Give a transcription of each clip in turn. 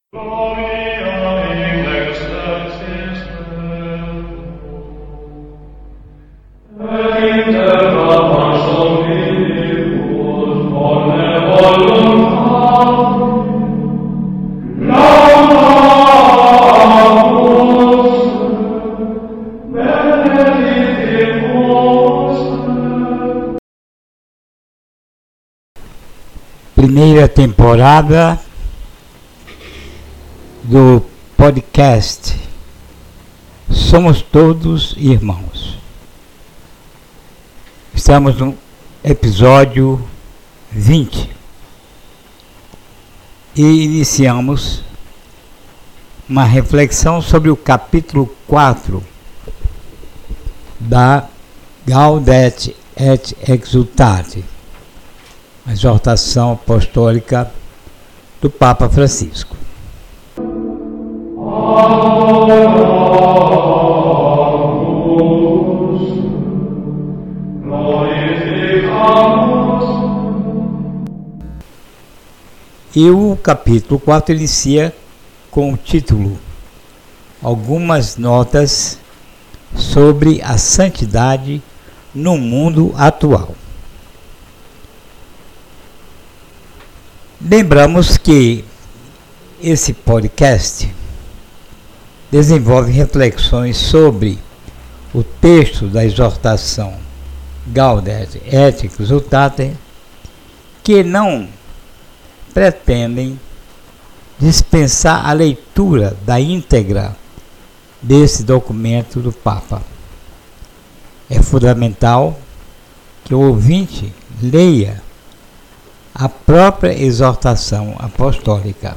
Primeira temporada do podcast Somos Todos Irmãos. Estamos no episódio 20 e iniciamos uma reflexão sobre o capítulo 4 da Gaudete et Exsultate, a exortação apostólica do Papa Francisco. E o capítulo 4 inicia com o título Algumas notas sobre a santidade no mundo atual. Lembramos que esse podcast desenvolve reflexões sobre o texto da exortação Gaudete et Exsultate, que não pretendem dispensar a leitura da íntegra desse documento do Papa. É fundamental que o ouvinte leia a própria exortação apostólica.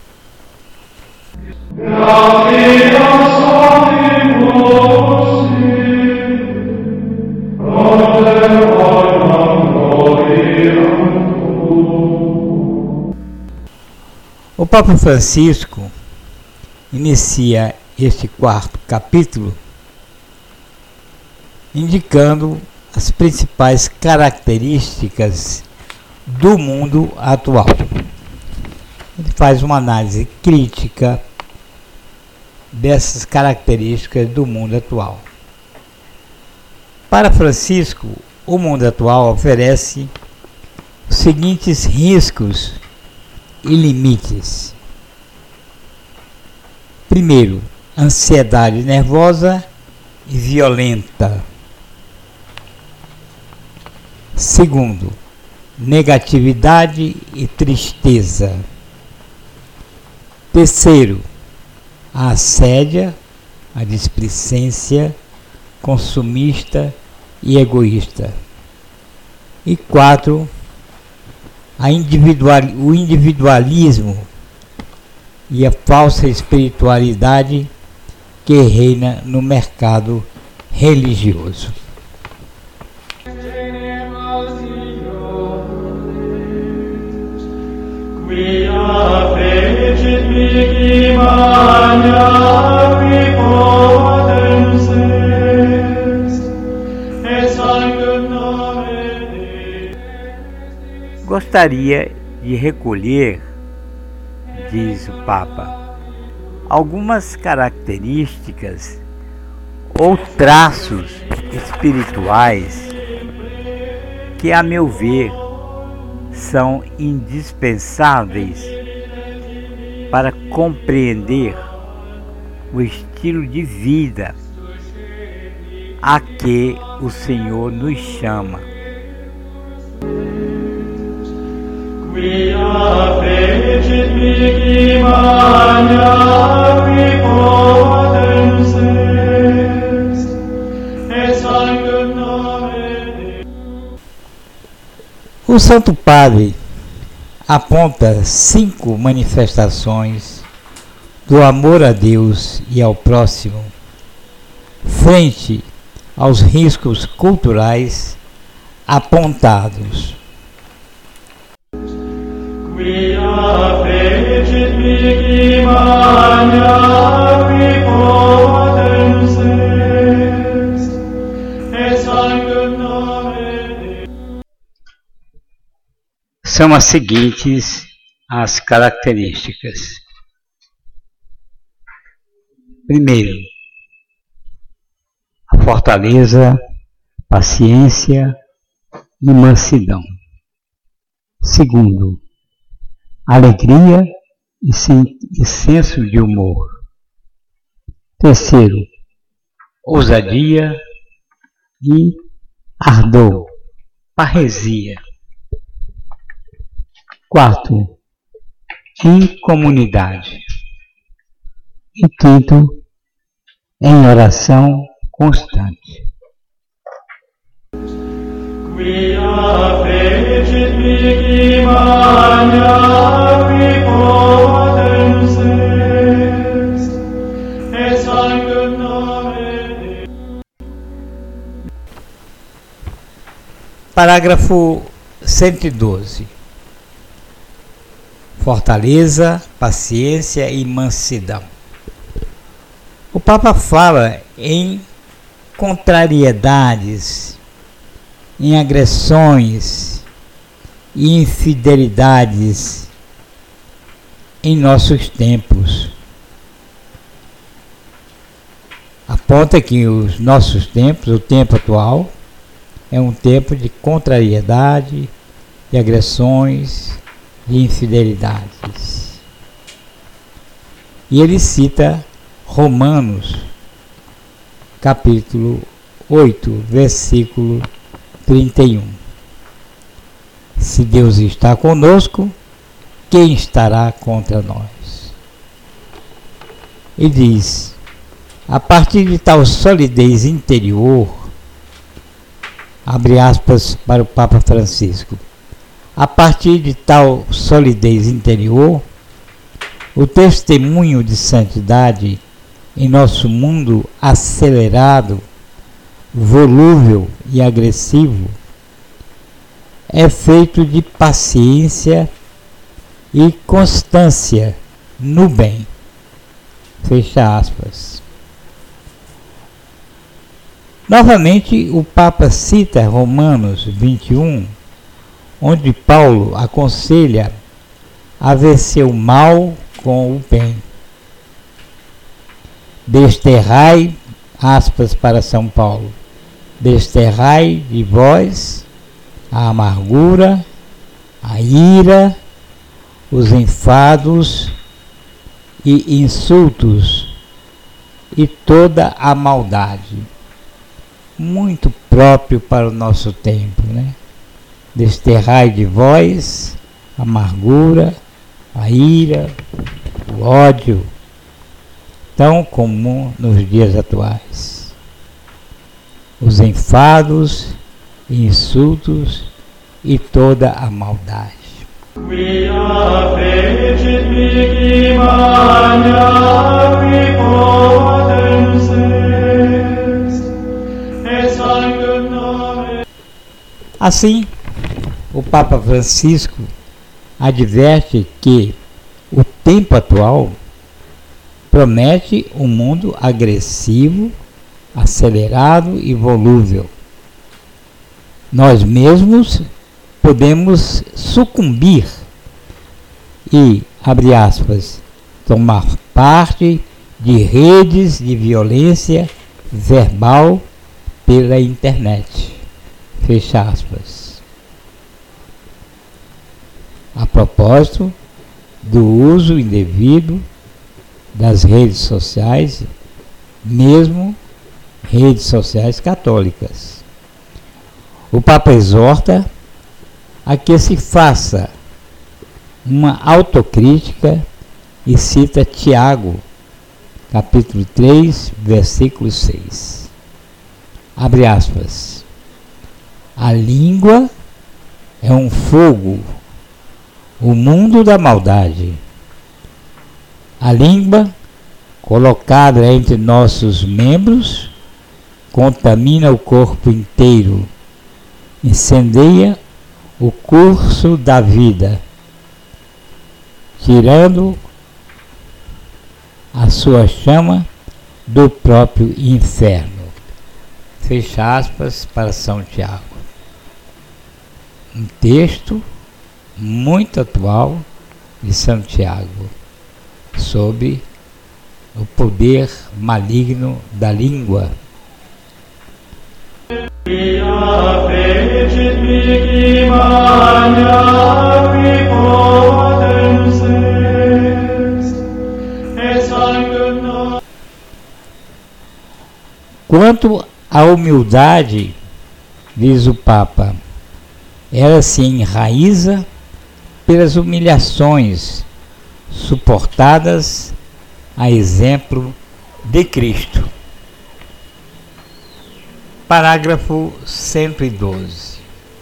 O Papa Francisco inicia este quarto capítulo indicando as principais características do mundo atual. Ele faz uma análise crítica dessas características do mundo atual. Para Francisco, o mundo atual oferece os seguintes riscos e limites. Primeiro, ansiedade nervosa e violenta. Segundo, negatividade e tristeza. Terceiro, a assédia, a displicência consumista e egoísta. E 4, o individualismo e a falsa espiritualidade que reina no mercado religioso. Gostaria de recolher, diz o Papa, algumas características ou traços espirituais que, a meu ver, são indispensáveis para compreender o estilo de vida a que o Senhor nos chama. O Santo Padre aponta 5 manifestações do amor a Deus e ao próximo frente aos riscos culturais apontados. São as seguintes as características. Primeiro, a fortaleza, paciência e mansidão. Segundo, alegria e senso de humor. Terceiro, ousadia e ardor, parresia. Quarto, em comunidade. E quinto, em oração constante. Quia fecit mihi magna qui potens est, et sanctum nomen. Parágrafo 112. Fortaleza, paciência e mansidão. O Papa fala em contrariedades, em agressões e infidelidades em nossos tempos. Aponta que os nossos tempos, o tempo atual, é um tempo de contrariedade, de agressões, de infidelidades. E ele cita Romanos, capítulo 8, versículo 31. Se Deus está conosco, quem estará contra nós? E diz, a partir de tal solidez interior, abre aspas para o Papa Francisco, a partir de tal solidez interior, o testemunho de santidade em nosso mundo acelerado, volúvel e agressivo é feito de paciência e constância no bem. Fecha aspas. Novamente, o Papa cita Romanos 21, onde Paulo aconselha a vencer o mal com o bem. Desterrai, aspas para São Paulo, desterrai de vós a amargura, a ira, os enfados e insultos e toda a maldade. Muito próprio para o nosso tempo, né? Desterrai de vós a amargura, a ira, o ódio, tão comum nos dias atuais. Os enfados, insultos e toda a maldade. Quia fecit mihi magna qui potens est, et sanctum nomen. Assim, o Papa Francisco adverte que o tempo atual promete um mundo agressivo, acelerado e volúvel. Nós mesmos podemos sucumbir e, abre aspas, tomar parte de redes de violência verbal pela internet. Fecha aspas. A propósito do uso indevido das redes sociais, mesmo redes sociais católicas. O Papa exorta a que se faça uma autocrítica e cita Tiago, capítulo 3, versículo 6. Abre aspas. A língua é um fogo, o mundo da maldade. A língua, colocada entre nossos membros, contamina o corpo inteiro, incendeia o curso da vida, tirando a sua chama do próprio inferno. Fecha aspas para São Tiago. Um texto muito atual de São Tiago sobre o poder maligno da língua. Quanto à humildade, diz o Papa, ela se enraiza pelas humilhações suportadas a exemplo de Cristo. Parágrafo 112.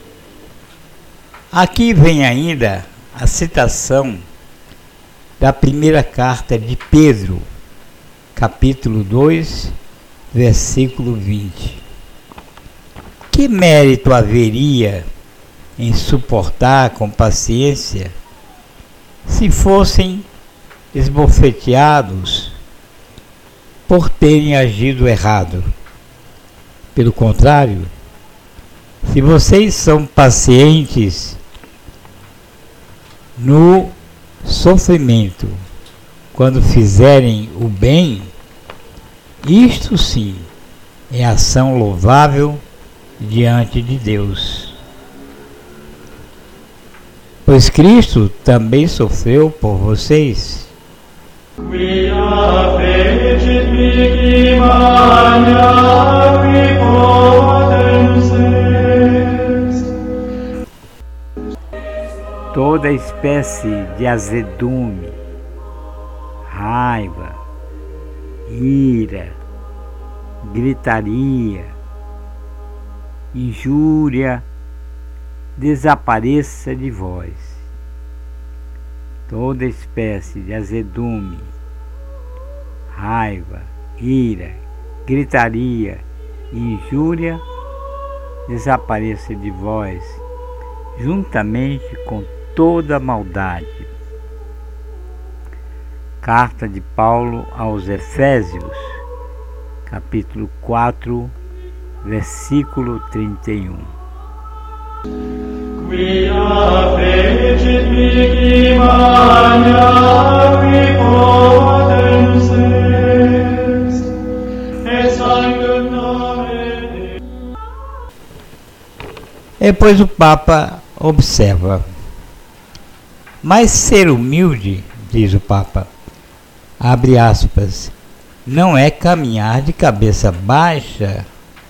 Aqui vem ainda a citação da primeira carta de Pedro, capítulo 2, versículo 20. Que mérito haveria em suportar com paciência se fossem esbofeteados por terem agido errado? Pelo contrário, se vocês são pacientes no sofrimento quando fizerem o bem, isto sim é ação louvável diante de Deus. Pois Cristo também sofreu por vocês. Toda espécie de azedume, raiva, ira, gritaria, injúria, desapareça de vós. Toda espécie de azedume, raiva, ira, gritaria e injúria desapareça de vós, juntamente com toda maldade. Carta de Paulo aos Efésios, capítulo 4, versículo 31. Depois o Papa observa: mas ser humilde, diz o Papa, abre aspas, não é caminhar de cabeça baixa.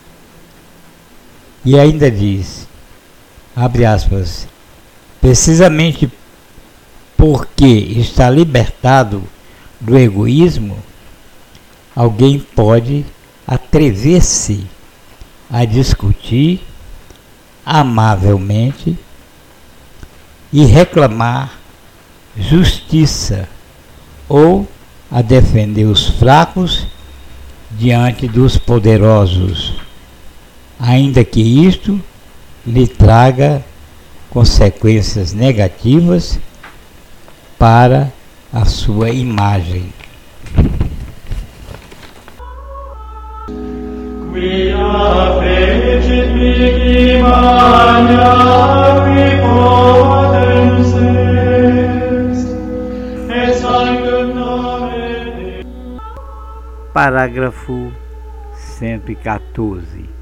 E ainda diz, abre aspas, precisamente porque está libertado do egoísmo, alguém pode atrever-se a discutir amavelmente e reclamar justiça ou a defender os fracos diante dos poderosos, ainda que isto lhe traga consequências negativas para a sua imagem. Parágrafo 114.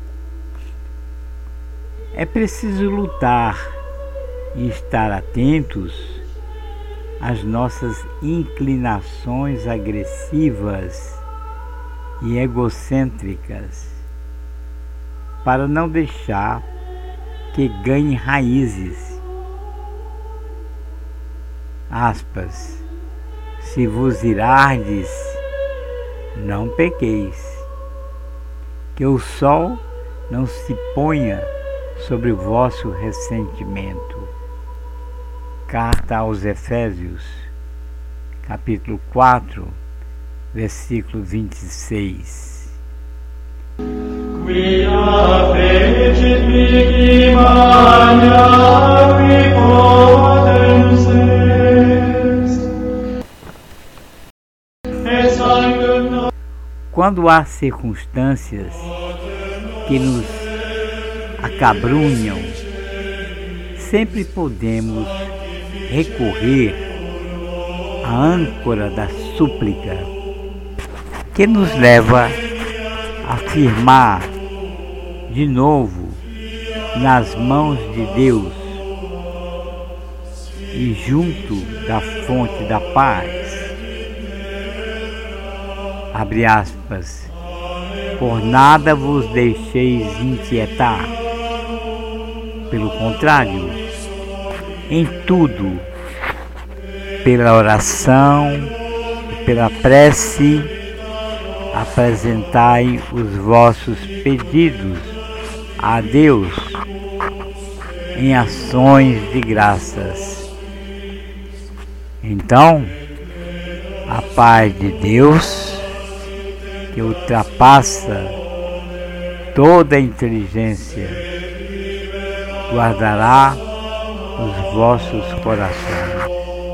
É preciso lutar e estar atentos às nossas inclinações agressivas e egocêntricas, para não deixar que ganhe raízes. Aspas, se vos irardes, não pequeis, que o sol não se ponha sobre o vosso ressentimento. Carta aos Efésios, capítulo 4, versículo 26. Quando há circunstâncias que nos acabrunham, sempre podemos recorrer à âncora da súplica, que nos leva a firmar de novo nas mãos de Deus e junto da fonte da paz. Abre aspas. Por nada vos deixeis inquietar. Pelo contrário, em tudo, pela oração e pela prece, apresentai os vossos pedidos a Deus em ações de graças. Então, a paz de Deus, que ultrapassa toda a inteligência, guardará os vossos corações.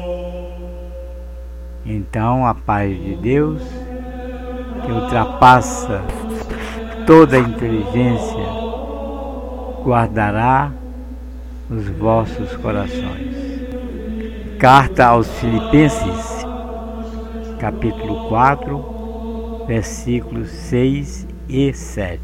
Então, a paz de Deus, que ultrapassa toda a inteligência, guardará os vossos corações. Carta aos Filipenses, capítulo 4, versículos 6 e 7.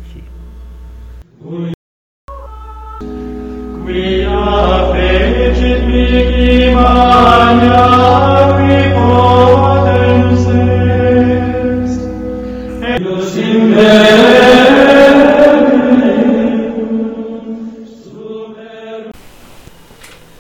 Quia fecit mihi magna, qui